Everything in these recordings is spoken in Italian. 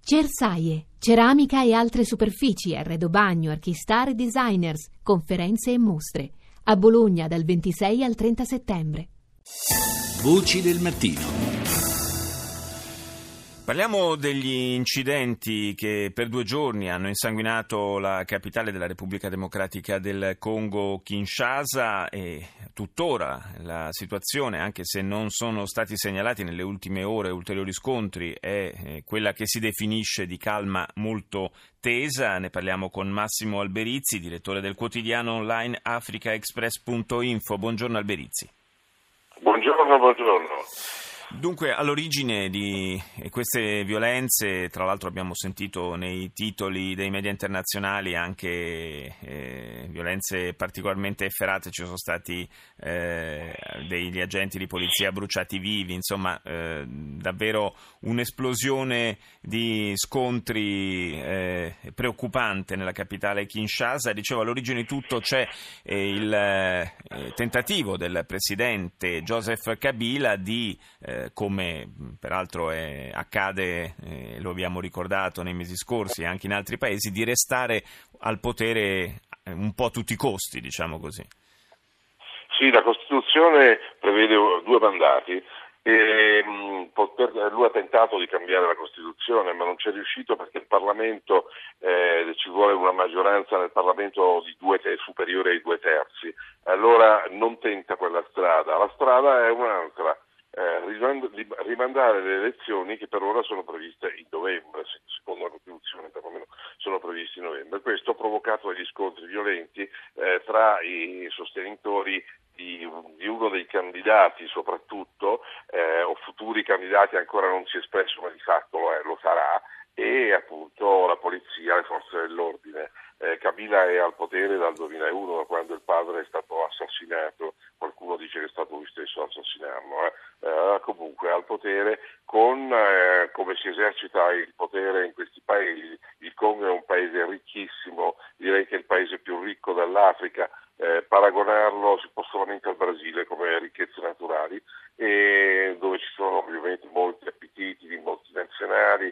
Cersaie, ceramica e altre superfici, arredo bagno, archistar e designers, conferenze e mostre. A Bologna dal 26 al 30 settembre. Voci del mattino. Parliamo degli incidenti che per 2 giorni hanno insanguinato la capitale della Repubblica Democratica del Congo, Kinshasa, e tuttora la situazione, anche se non sono stati segnalati nelle ultime ore ulteriori scontri, è quella che si definisce di calma molto tesa. Ne parliamo con Massimo Alberizzi, direttore del quotidiano online africaexpress.info. Buongiorno Alberizzi. Buongiorno. Dunque, all'origine di queste violenze, tra l'altro abbiamo sentito nei titoli dei media internazionali anche violenze particolarmente efferate, ci sono stati degli agenti di polizia bruciati vivi, insomma davvero un'esplosione di scontri preoccupante nella capitale Kinshasa. Dicevo, all'origine di tutto c'è il tentativo del presidente Joseph Kabila di come peraltro accade, lo abbiamo ricordato nei mesi scorsi e anche in altri paesi, di restare al potere un po' a tutti i costi, diciamo così. Sì, la Costituzione prevede 2 mandati. Lui ha tentato di cambiare la Costituzione, ma non ci è riuscito perché il Parlamento, ci vuole una maggioranza nel Parlamento di superiore ai 2/3. Allora non tenta quella strada. La strada è un'altra. Rimandare le elezioni che per ora sono previste in novembre, secondo la Costituzione perlomeno sono previste in novembre. Questo ha provocato degli scontri violenti tra i sostenitori di uno dei candidati soprattutto, o futuri candidati, ancora non si è espresso ma di fatto lo sarà, e appunto la polizia, le forze dell'ordine. Kabila è al potere dal 2001, da quando il padre è stato assassinato. Qualcuno dice che è stato lui stesso a assassinarlo. Comunque al potere con come si esercita il potere in questi paesi. Il Congo è un paese ricchissimo, direi che è il paese più ricco dell'Africa. Paragonarlo si può solamente al Brasile come ricchezze naturali, e dove ci sono ovviamente molti appetiti di multinazionali.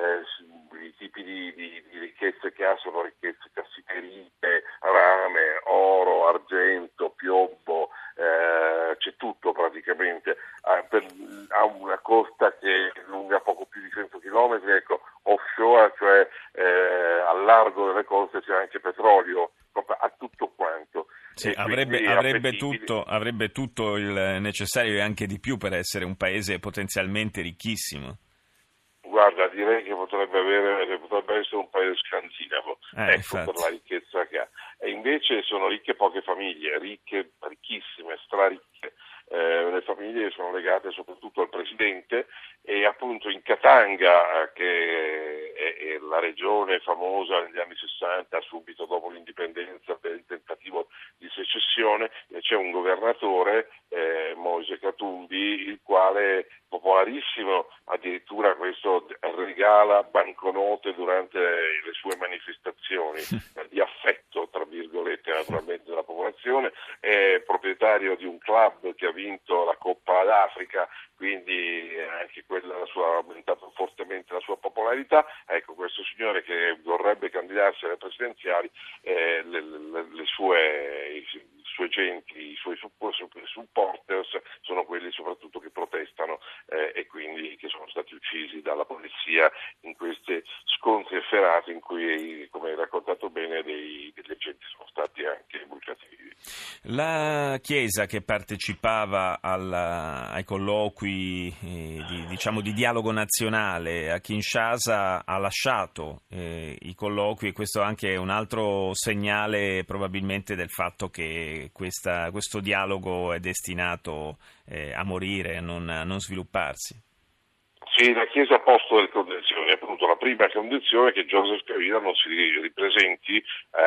I tipi di ricchezze che ha sono ricchezze cassiterite, rame, oro, argento, piombo, c'è tutto praticamente. Ha una costa che è lunga poco più di 100 chilometri, offshore, cioè al largo delle coste c'è anche petrolio, ha tutto quanto. Sì, avrebbe tutto il necessario e anche di più per essere un paese potenzialmente ricchissimo. Guarda, direi che potrebbe essere un paese scandinavo, per la ricchezza che ha. E invece sono ricche poche famiglie, ricchissime, straricche. Le famiglie sono legate soprattutto al presidente, e appunto in Katanga, che è la regione famosa negli anni 60, subito dopo l'indipendenza per il tentativo di secessione, c'è un governatore, Moise Katumbi, il quale popolarissimo, addirittura questo regala banconote durante le sue manifestazioni di affetto, tra virgolette, naturalmente della popolazione. È proprietario di un club che ha vinto la Coppa d'Africa, quindi anche quella ha aumentato fortemente la sua popolarità. Ecco, questo signore che vorrebbe candidarsi alle presidenziali, i suoi genti, i suoi supporters sono quelli soprattutto che protestano, e quindi che sono stati uccisi dalla polizia in questi scontri efferati in cui, come hai raccontato bene, degli agenti sono stati anche bruciati vivi. La Chiesa, che partecipava ai colloqui di dialogo nazionale a Kinshasa, ha lasciato i colloqui, e questo anche è un altro segnale probabilmente del fatto che questo dialogo è destinato a morire, a non svilupparsi. Sì, la Chiesa ha posto delle condizioni. Appunto, la prima condizione è che Joseph Kabila non si ripresenti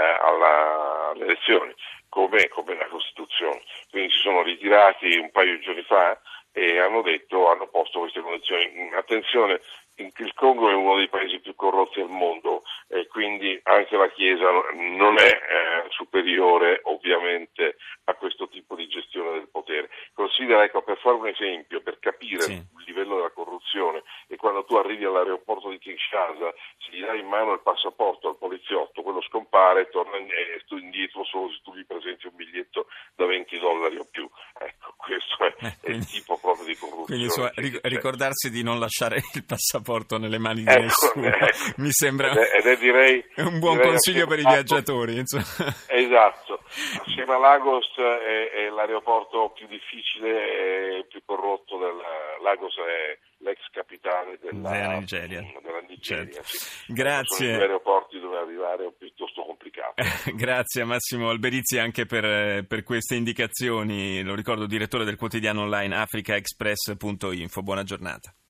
alle elezioni, come la Costituzione. Quindi si sono ritirati un paio di giorni fa e hanno posto queste condizioni. Attenzione, il Congo è uno dei paesi più corrotti al mondo, e quindi anche la Chiesa non è superiore ovviamente a questo tipo di gestione del potere. Considera, ecco, per fare un esempio, per capire il livello della corruzione, e quando tu arrivi all'aeroporto di Kinshasa, se gli dai in mano il passaporto al poliziotto, quello scompare, torna indietro solo se tu gli presenti un biglietto da $20 o più. Ecco, questo è il tipo proprio di corruzione. Quindi ricordarsi di non lasciare il passaporto nelle mani di nessuno mi sembra direi un buon consiglio per i viaggiatori. Insomma. Esatto, assieme a Lagos è l'aeroporto più difficile e più corrotto Lagos è l'ex capitale della Nigeria. Certo. Sì. Grazie. Sono gli aeroporti dove arrivare è piuttosto complicato. Grazie a Massimo Alberizi anche per queste indicazioni. Lo ricordo, direttore del quotidiano online africaexpress.info. Buona giornata.